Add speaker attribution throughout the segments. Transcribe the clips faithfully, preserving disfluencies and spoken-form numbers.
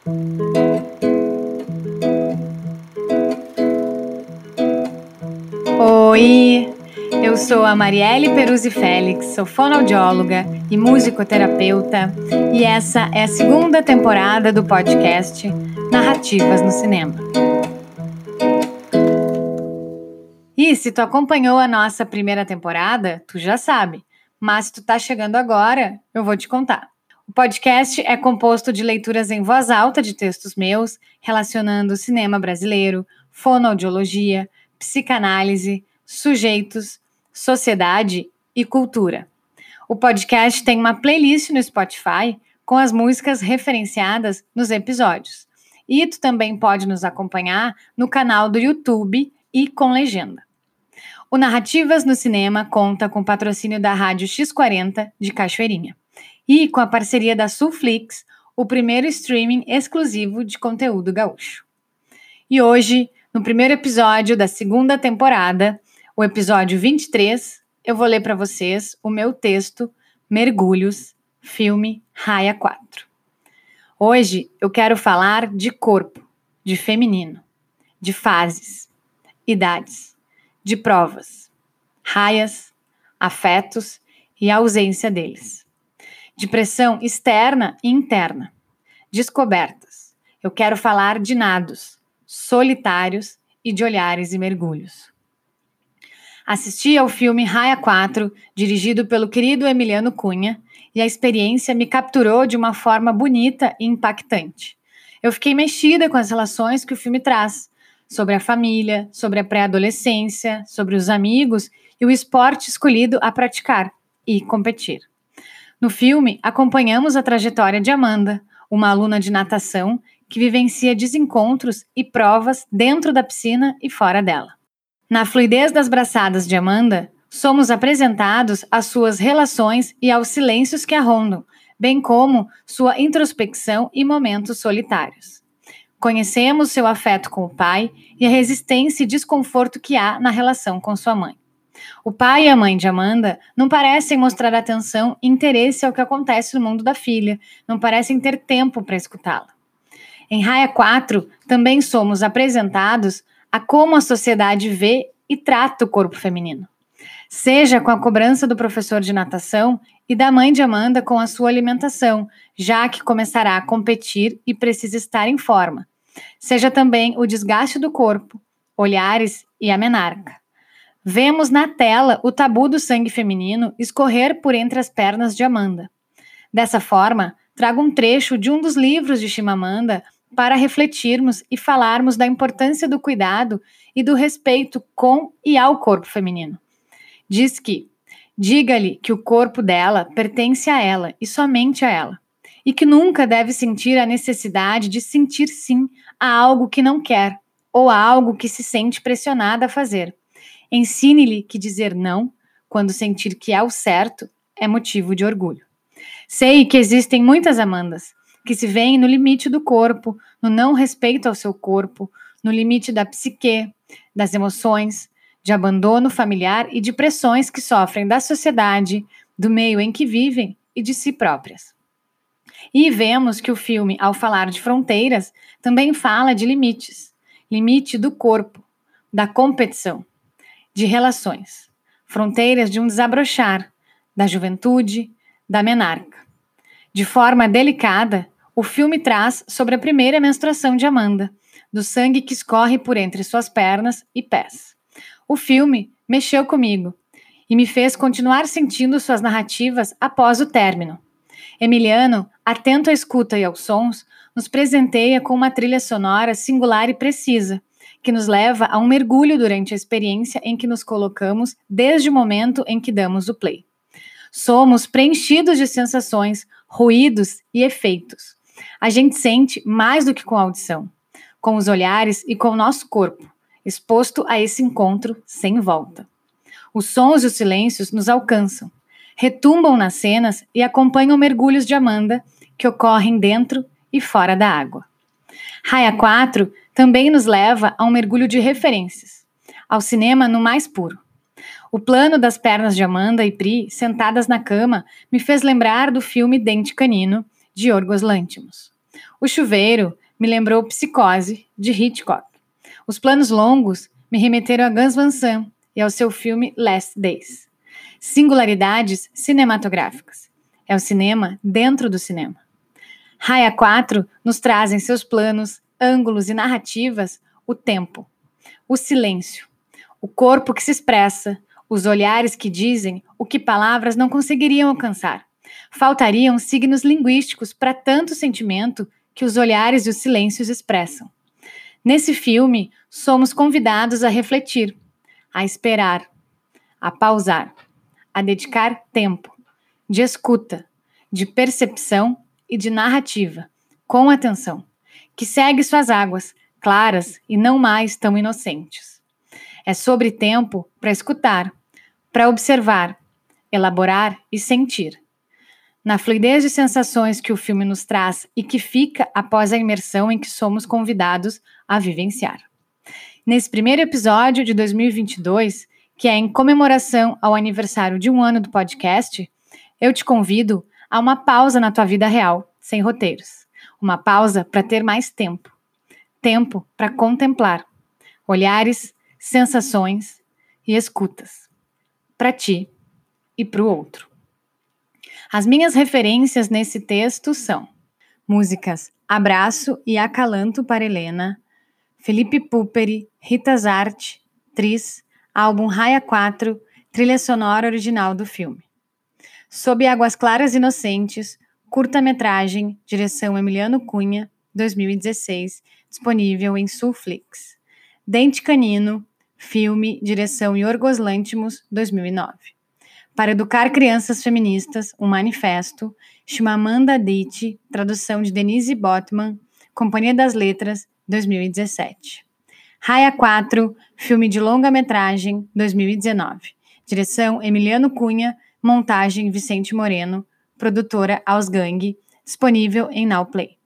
Speaker 1: Oi, eu sou a Marielle Peruzzi Félix, sou fonoaudióloga e musicoterapeuta, e essa é a segunda temporada do podcast Narrativas no Cinema. E se tu acompanhou a nossa primeira temporada, tu já sabe, mas se tu tá chegando agora, eu vou te contar. O podcast é composto de leituras em voz alta de textos meus, relacionando cinema brasileiro, fonoaudiologia, psicanálise, sujeitos, sociedade e cultura. O podcast tem uma playlist no Spotify com as músicas referenciadas nos episódios. E tu também pode nos acompanhar no canal do YouTube e com legenda. O Narrativas no Cinema conta com o patrocínio da Rádio X quarenta de Cachoeirinha e com a parceria da Sulflix, o primeiro streaming exclusivo de conteúdo gaúcho. E hoje, no primeiro episódio da segunda temporada, o episódio vinte e três, eu vou ler para vocês o meu texto Mergulhos, filme Raia quatro. Hoje eu quero falar de corpo, de feminino, de fases, idades, de provas, raias, afetos e a ausência deles, de pressão externa e interna, descobertas. Eu quero falar de nados, solitários e de olhares e mergulhos. Assisti ao filme Raia quatro, dirigido pelo querido Emiliano Cunha, e a experiência me capturou de uma forma bonita e impactante. Eu fiquei mexida com as relações que o filme traz, sobre a família, sobre a pré-adolescência, sobre os amigos e o esporte escolhido a praticar e competir. No filme, acompanhamos a trajetória de Amanda, uma aluna de natação que vivencia desencontros e provas dentro da piscina e fora dela. Na fluidez das braçadas de Amanda, somos apresentados às suas relações e aos silêncios que a rondam, bem como sua introspecção e momentos solitários. Conhecemos seu afeto com o pai e a resistência e desconforto que há na relação com sua mãe. O pai e a mãe de Amanda não parecem mostrar atenção e interesse ao que acontece no mundo da filha, não parecem ter tempo para escutá-la. Em Raia quatro, também somos apresentados a como a sociedade vê e trata o corpo feminino. Seja com a cobrança do professor de natação e da mãe de Amanda com a sua alimentação, já que começará a competir e precisa estar em forma. Seja também o desgaste do corpo, olhares e a menarca. Vemos na tela o tabu do sangue feminino escorrer por entre as pernas de Amanda. Dessa forma, trago um trecho de um dos livros de Chimamanda para refletirmos e falarmos da importância do cuidado e do respeito com e ao corpo feminino. Diz que, diga-lhe que o corpo dela pertence a ela e somente a ela, e que nunca deve sentir a necessidade de sentir sim a algo que não quer, ou a algo que se sente pressionada a fazer. Ensine-lhe que dizer não, quando sentir que é o certo, é motivo de orgulho. Sei que existem muitas Amandas, que se veem no limite do corpo, no não respeito ao seu corpo, no limite da psique, das emoções, de abandono familiar e de pressões que sofrem da sociedade, do meio em que vivem e de si próprias. E vemos que o filme, ao falar de fronteiras, também fala de limites. Limite do corpo, da competição, de relações. Fronteiras de um desabrochar, da juventude, da menarca. De forma delicada, o filme traz sobre a primeira menstruação de Amanda, do sangue que escorre por entre suas pernas e pés. O filme mexeu comigo e me fez continuar sentindo suas narrativas após o término. Emiliano, atento à escuta e aos sons, nos presenteia com uma trilha sonora singular e precisa, que nos leva a um mergulho durante a experiência em que nos colocamos desde o momento em que damos o play. Somos preenchidos de sensações, ruídos e efeitos. A gente sente mais do que com a audição, com os olhares e com o nosso corpo, exposto a esse encontro sem volta. Os sons e os silêncios nos alcançam, retumbam nas cenas e acompanham mergulhos de Amanda que ocorrem dentro e fora da água. Raia quatro também nos leva a um mergulho de referências, ao cinema no mais puro. O plano das pernas de Amanda e Pri, sentadas na cama, me fez lembrar do filme Dente Canino, de Yorgos Lanthimos. O chuveiro me lembrou Psicose, de Hitchcock. Os planos longos me remeteram a Gus Van Sant e ao seu filme Last Days. Singularidades cinematográficas. É o cinema dentro do cinema. Raia quatro nos traz em seus planos, ângulos e narrativas o tempo, o silêncio, o corpo que se expressa, os olhares que dizem o que palavras não conseguiriam alcançar. Faltariam signos linguísticos para tanto sentimento que os olhares e os silêncios expressam. Nesse filme, somos convidados a refletir, a esperar, a pausar, a dedicar tempo, de escuta, de percepção e de narrativa, com atenção, que segue suas águas, claras e não mais tão inocentes. É sobre tempo para escutar, para observar, elaborar e sentir. Na fluidez de sensações que o filme nos traz e que fica após a imersão em que somos convidados a vivenciar. Nesse primeiro episódio de dois mil e vinte e dois, que é em comemoração ao aniversário de um ano do podcast, eu te convido a uma pausa na tua vida real, sem roteiros. Uma pausa para ter mais tempo. Tempo para contemplar. Olhares, sensações e escutas. Para ti e para o outro. As minhas referências nesse texto são músicas Abraço e Acalanto para Helena, Felipe Puperi, Rita Zarte, Tris, álbum Raia quatro, trilha sonora original do filme. Sob Águas Claras Inocentes, curta-metragem, direção Emiliano Cunha, dois mil e dezesseis, disponível em Sulflix. Dente Canino, filme, direção Yorgos Lanthimos, dois mil e nove. Para Educar Crianças Feministas, um manifesto, Chimamanda Adichie, tradução de Denise Botman, Companhia das Letras, dois mil e dezessete. Raia quatro, filme de longa-metragem, dois mil e dezenove. Direção Emiliano Cunha, montagem Vicente Moreno, produtora Aos Gang, disponível em Now Play.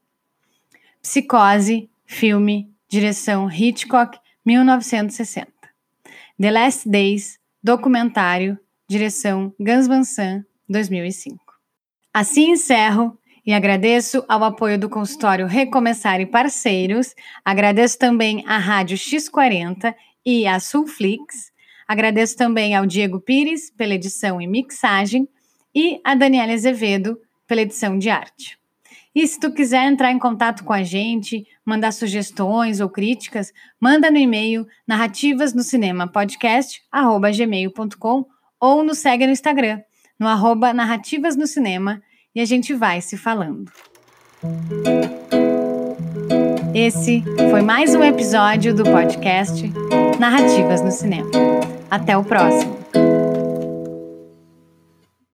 Speaker 1: Psicose, filme, direção Hitchcock, mil novecentos e sessenta. The Last Days, documentário, direção Gus Van Sant, dois mil e cinco. Assim encerro e agradeço ao apoio do consultório Recomeçar e parceiros, agradeço também à Rádio X quarenta e à Sulflix, agradeço também ao Diego Pires pela edição e mixagem e a Daniela Azevedo pela edição de arte. E se tu quiser entrar em contato com a gente, mandar sugestões ou críticas, manda no e-mail narrativasnocinema.podcast arroba gmail ponto com ou nos segue no Instagram, no arroba Narrativas no Cinema, e a gente vai se falando. Esse foi mais um episódio do podcast Narrativas no Cinema. Até o próximo!